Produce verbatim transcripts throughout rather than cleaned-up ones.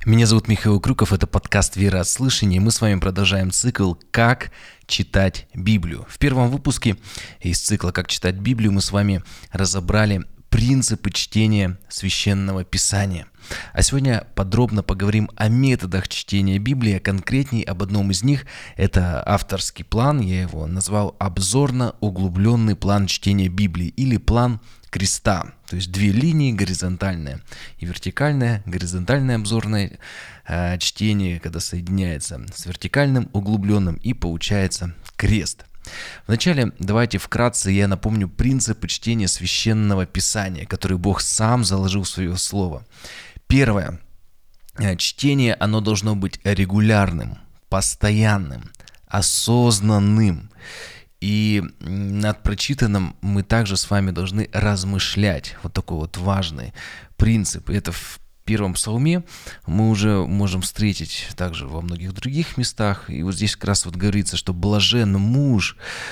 Меня зовут Михаил Крюков, это подкаст «Вера от слышания», и мы с вами продолжаем цикл «Как читать Библию». В первом выпуске из цикла «Как читать Библию» мы с вами разобрали принципы чтения Священного Писания. А сегодня подробно поговорим о методах чтения Библии, а конкретней об одном из них. Это авторский план, я его назвал обзорно-углубленный план чтения Библии или план креста. То есть две линии, горизонтальная и вертикальная. Горизонтальное обзорное э, чтение, когда соединяется с вертикальным углубленным, и получается крест. Вначале давайте вкратце я напомню принципы чтения Священного Писания, которые Бог сам заложил в свое слово. Первое. Чтение, оно должно быть регулярным, постоянным, осознанным. И над прочитанным мы также с вами должны размышлять. Вот такой вот важный принцип. И это в первом псалме мы уже можем встретить также во многих других местах. И вот здесь как раз вот говорится, что блажен муж,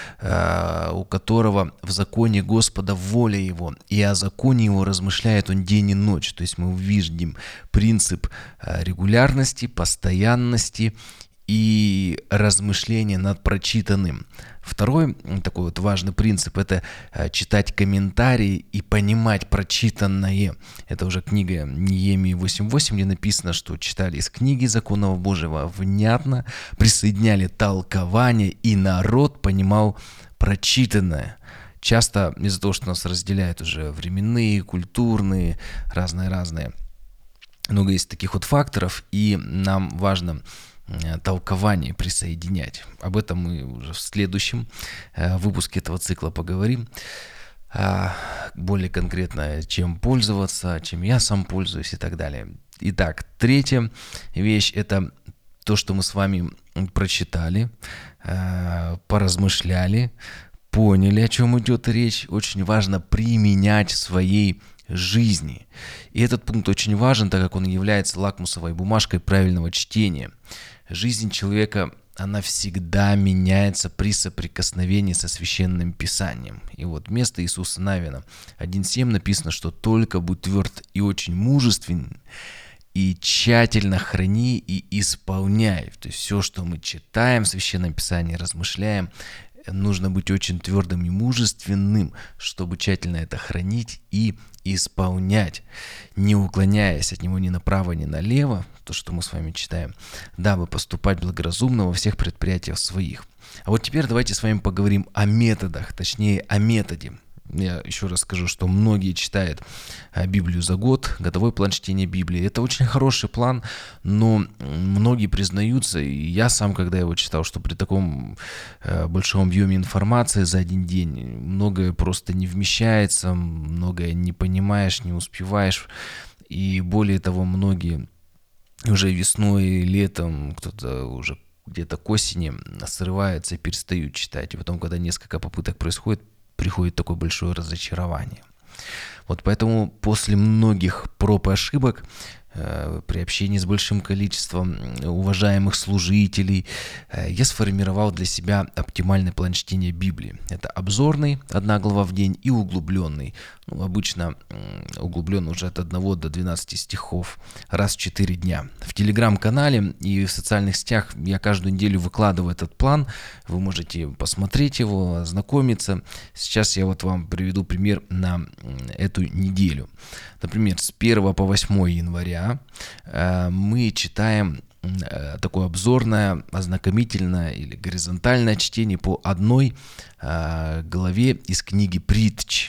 у которого в законе Господа воля его, и о законе его размышляет он день и ночь. То есть мы увидим принцип регулярности, постоянности и размышления над прочитанным. Второй такой вот важный принцип – это читать комментарии и понимать прочитанное. Это уже книга Неемии восемь восемь, где написано, что читали из книги Закона Божьего внятно, присоединяли толкование, и народ понимал прочитанное. Часто из-за того, что нас разделяют уже временные, культурные, разные-разные, много есть таких вот факторов, и нам важно толкование присоединять. Об этом мы уже в следующем выпуске этого цикла поговорим. Более конкретно, чем пользоваться, чем я сам пользуюсь и так далее. Итак, третья вещь – это то, что мы с вами прочитали, поразмышляли, поняли, о чем идет речь. Очень важно применять в своей жизни. И этот пункт очень важен, так как он является лакмусовой бумажкой правильного чтения. Жизнь человека, она всегда меняется при соприкосновении со Священным Писанием. И вот вместо Иисуса Навина один семь написано, что «только будь тверд и очень мужествен, и тщательно храни и исполняй». То есть все, что мы читаем в Священном Писании, размышляем, нужно быть очень твердым и мужественным, чтобы тщательно это хранить и исполнять, не уклоняясь от него ни направо, ни налево, то, что мы с вами читаем, дабы поступать благоразумно во всех предприятиях своих. А вот теперь давайте с вами поговорим о методах, точнее о методе. Я еще раз скажу, что многие читают Библию за год, годовой план чтения Библии. Это очень хороший план, но многие признаются, и я сам, когда его читал, что при таком большом объеме информации за один день многое просто не вмещается, многое не понимаешь, не успеваешь. И более того, многие уже весной, летом, кто-то уже где-то к осени срывается и перестают читать. И потом, когда несколько попыток происходит, приходит такое большое разочарование. Вот поэтому после многих проб и ошибок э, при общении с большим количеством уважаемых служителей э, я сформировал для себя оптимальный план чтения Библии. Это обзорный, одна глава в день, и углубленный. Ну, обычно э, углубленный уже от одного до двенадцати стихов раз в четыре дня. В телеграм-канале и в социальных сетях я каждую неделю выкладываю этот план. Вы можете посмотреть его, ознакомиться. Сейчас я вот вам приведу пример на эту неделю. Например, с первого по восьмое января э, мы читаем э, такое обзорное, ознакомительное или горизонтальное чтение по одной э, главе из книги «Притч».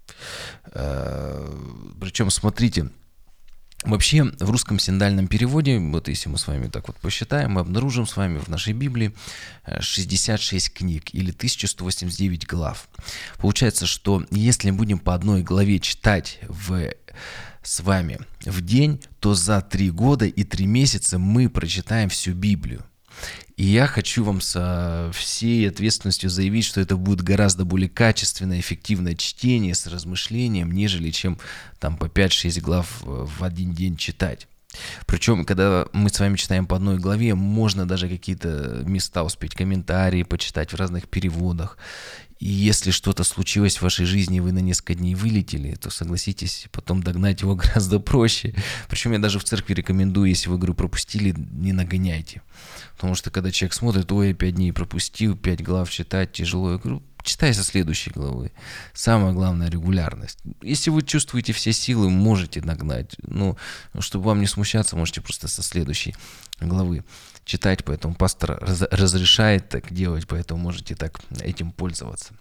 Э, причем, смотрите, вообще в русском синодальном переводе, вот если мы с вами так вот посчитаем, мы обнаружим с вами в нашей Библии шестьдесят шесть книг или тысяча сто восемьдесят девять глав. Получается, что если будем по одной главе читать в, с вами в день, то за три года и три месяца мы прочитаем всю Библию. И я хочу вам со всей ответственностью заявить, что это будет гораздо более качественное, эффективное чтение с размышлением, нежели чем там по пять-шесть глав в один день читать. Причем, когда мы с вами читаем по одной главе, можно даже какие-то места успеть, комментарии почитать в разных переводах. И если что-то случилось в вашей жизни, и вы на несколько дней вылетели, то, согласитесь, потом догнать его гораздо проще. Причем я даже в церкви рекомендую, если вы игру пропустили, не нагоняйте. Потому что когда человек смотрит, ой, я пять дней пропустил, пять глав читать тяжело, я говорю, читай со следующей главы. Самое главное — регулярность. Если вы чувствуете все силы, можете нагнать. Ну, чтобы вам не смущаться, можете просто со следующей главы читать. Поэтому пастор раз- разрешает так делать, поэтому можете так этим пользоваться.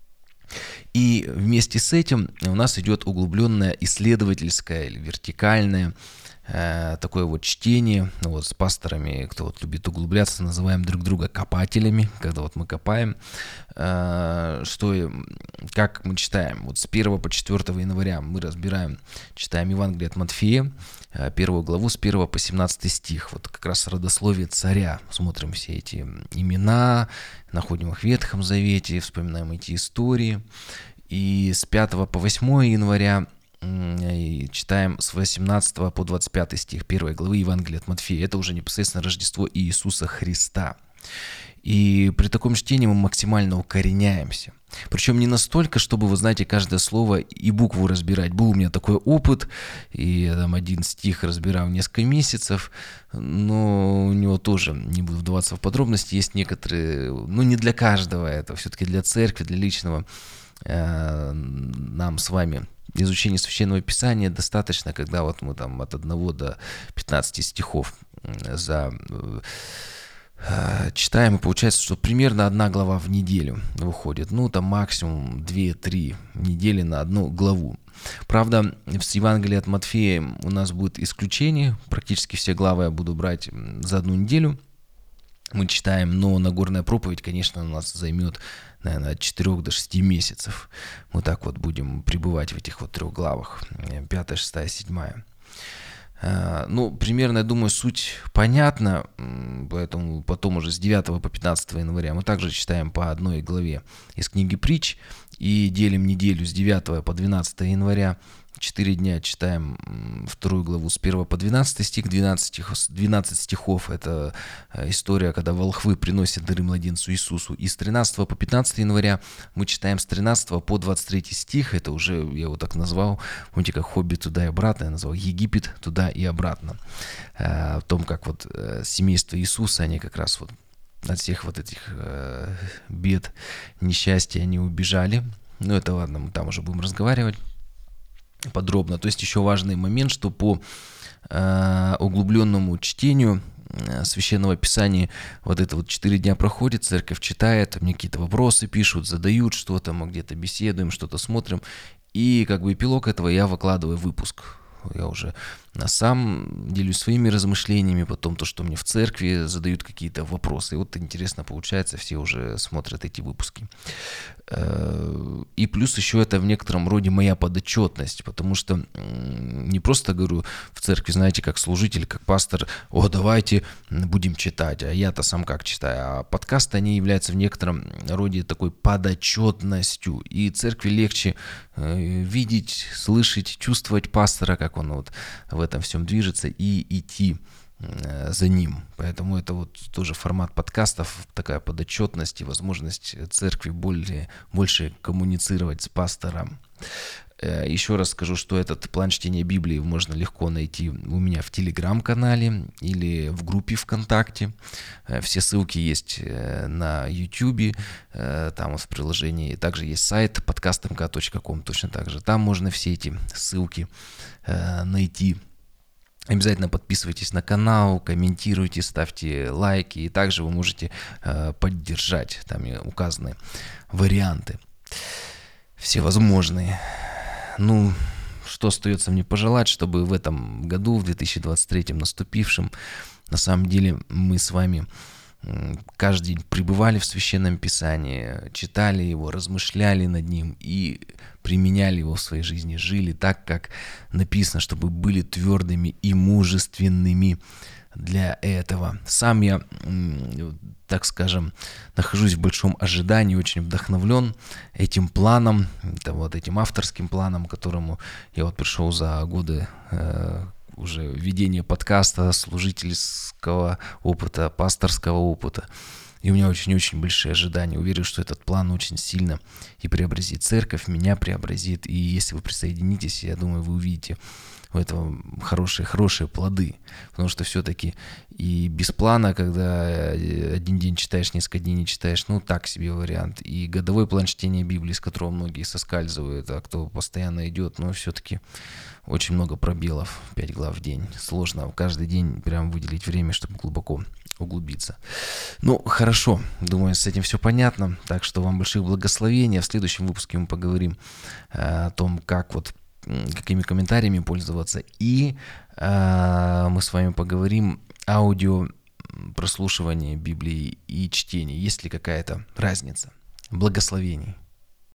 И вместе с этим у нас идет углубленное исследовательское или вертикальное э, такое вот чтение. Ну, вот с пасторами, кто вот любит углубляться, называем друг друга копателями, когда вот мы копаем. Э, что, как мы читаем? Вот с первого по четвёртого января мы разбираем, читаем Евангелие от Матфея, э, первую главу с первого по семнадцатый стих. Вот как раз родословие царя. Смотрим все эти имена, находим их в Ветхом Завете, вспоминаем эти истории. И с пятого по восьмое января и читаем с восемнадцатого по двадцать пятый стих первой главы Евангелия от Матфея. Это уже непосредственно Рождество Иисуса Христа. И при таком чтении мы максимально укореняемся. Причем не настолько, чтобы, вы знаете, каждое слово и букву разбирать. Был у меня такой опыт, и я там один стих разбирал несколько месяцев, но у него тоже, не буду вдаваться в подробности, есть некоторые, ну не для каждого это, все-таки для церкви, для личного э, нам с вами изучения Священного Писания достаточно, когда вот мы там от одного до пятнадцати стихов за... читаем, и получается, что примерно одна глава в неделю выходит. Ну, там максимум две-три недели на одну главу. Правда, в Евангелии от Матфея у нас будет исключение. Практически все главы я буду брать за одну неделю. Мы читаем, но Нагорная проповедь, конечно, у нас займет, наверное, от четырёх до шести месяцев. Мы так вот будем пребывать в этих вот трех главах. Пятая, шестая, седьмая. Ну, примерно, я думаю, суть понятна, поэтому потом уже с девятого по пятнадцатое января мы также читаем по одной главе из книги «Притч» и делим неделю с девятого по двенадцатое января. Четыре дня читаем вторую главу с первого по двенадцатый стих, двенадцать, двенадцать стихов. Это история, когда волхвы приносят дары младенцу Иисусу. И с тринадцатого по пятнадцатое января мы читаем с тринадцатого по двадцать третий стих. Это уже, я его так назвал, помните, как «Хоббит туда и обратно», я назвал «Египет туда и обратно». О том, как вот семейство Иисуса, они как раз вот от всех вот этих бед, несчастья, они убежали. Ну, это ладно, мы там уже будем разговаривать подробно. То есть еще важный момент, что по э, углубленному чтению э, Священного Писания вот это вот четыре дня проходит, церковь читает, мне какие-то вопросы пишут, задают что-то, мы где-то беседуем, что-то смотрим, и как бы эпилог этого я выкладываю в выпуск. Я уже сам делюсь своими размышлениями, потом то, что мне в церкви задают какие-то вопросы. И вот интересно получается, все уже смотрят эти выпуски. И плюс еще это в некотором роде моя подотчетность, потому что не просто говорю в церкви, знаете, как служитель, как пастор, о, давайте будем читать, а я-то сам как читаю. А подкасты, они являются в некотором роде такой подотчетностью, и церкви легче видеть, слышать, чувствовать пастора, как он вот в этом всем движется, и идти за ним. Поэтому это вот тоже формат подкастов, такая подотчетность и возможность церкви более, больше коммуницировать с пастором. Еще раз скажу, что этот план чтения Библии можно легко найти у меня в Телеграм-канале или в группе ВКонтакте. Все ссылки есть на YouTube, там в приложении. Также есть сайт подкаст эм ка точка ком, точно так же. Там можно все эти ссылки найти. Обязательно подписывайтесь на канал, комментируйте, ставьте лайки. И также вы можете поддержать. Там указаны варианты всевозможные. Ну, что остается мне пожелать, чтобы в этом году, в две тысячи двадцать третьем наступившем, на самом деле мы с вами каждый день пребывали в Священном Писании, читали его, размышляли над ним и применяли его в своей жизни, жили так, как написано, чтобы были твердыми и мужественными для этого. Сам я, так скажем, нахожусь в большом ожидании, очень вдохновлен этим планом, это вот этим авторским планом, к которому я вот пришел за годы э, уже ведения подкаста, служительского опыта, пасторского опыта. И у меня очень-очень большие ожидания. Уверен, что этот план очень сильно и преобразит церковь, меня преобразит. И если вы присоединитесь, я думаю, вы увидите у этого хорошие-хорошие плоды. Потому что все-таки и без плана, когда один день читаешь, несколько дней не читаешь, ну так себе вариант. И годовой план чтения Библии, с которого многие соскальзывают, а кто постоянно идет, но все-таки очень много пробелов, пять глав в день. Сложно каждый день прям выделить время, чтобы глубоко углубиться. Ну, хорошо, думаю, с этим все понятно. Так что вам больших благословений. В следующем выпуске мы поговорим э, о том, как вот какими комментариями пользоваться. И э, мы с вами поговорим аудио прослушивание Библии и чтение. Есть ли какая-то разница? Благословений.